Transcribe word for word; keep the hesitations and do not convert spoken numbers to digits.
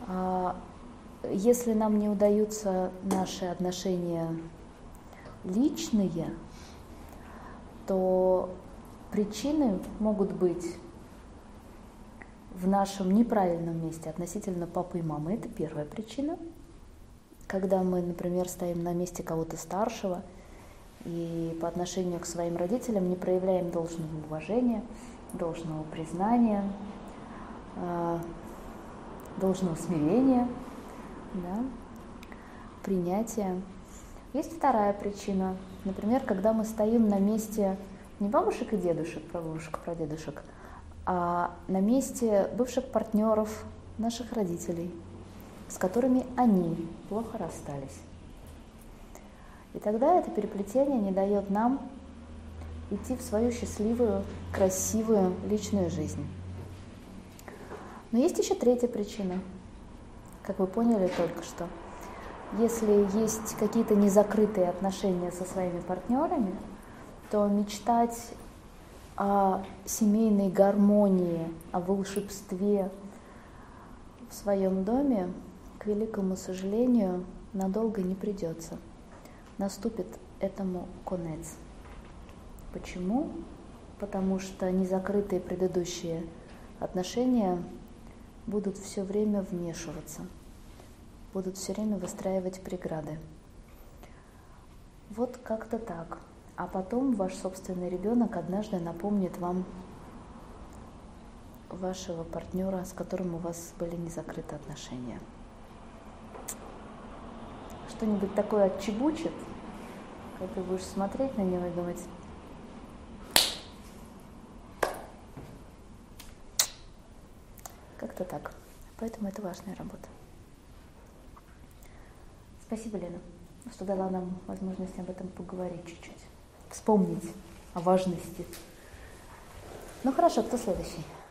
Если нам не удаются наши отношения личные, то причины могут быть в нашем неправильном месте относительно папы и мамы. Это первая причина. Когда мы, например, стоим на месте кого-то старшего и по отношению к своим родителям не проявляем должного уважения, должного признания, должного смирения, да, принятия. Есть вторая причина. Например, когда мы стоим на месте не бабушек и дедушек, прабабушек, прадедушек, а на месте бывших партнеров наших родителей, с которыми они плохо расстались. И тогда это переплетение не дает нам идти в свою счастливую, красивую личную жизнь. Но есть еще третья причина, как вы поняли только что. Если есть какие-то незакрытые отношения со своими партнерами, то мечтать о семейной гармонии, о волшебстве в своем доме, к великому сожалению, надолго не придется. Наступит этому конец. Почему? Потому что незакрытые предыдущие отношения будут все время вмешиваться, будут все время выстраивать преграды. Вот как-то так. А потом ваш собственный ребенок однажды напомнит вам вашего партнера, с которым у вас были не закрыты отношения. Что-нибудь такое отчебучит, как ты будешь смотреть на него и думать: как-то так. Поэтому это важная работа. Спасибо, Лена, что дала нам возможность об этом поговорить чуть-чуть. Вспомнить о важности. Ну хорошо, кто следующий?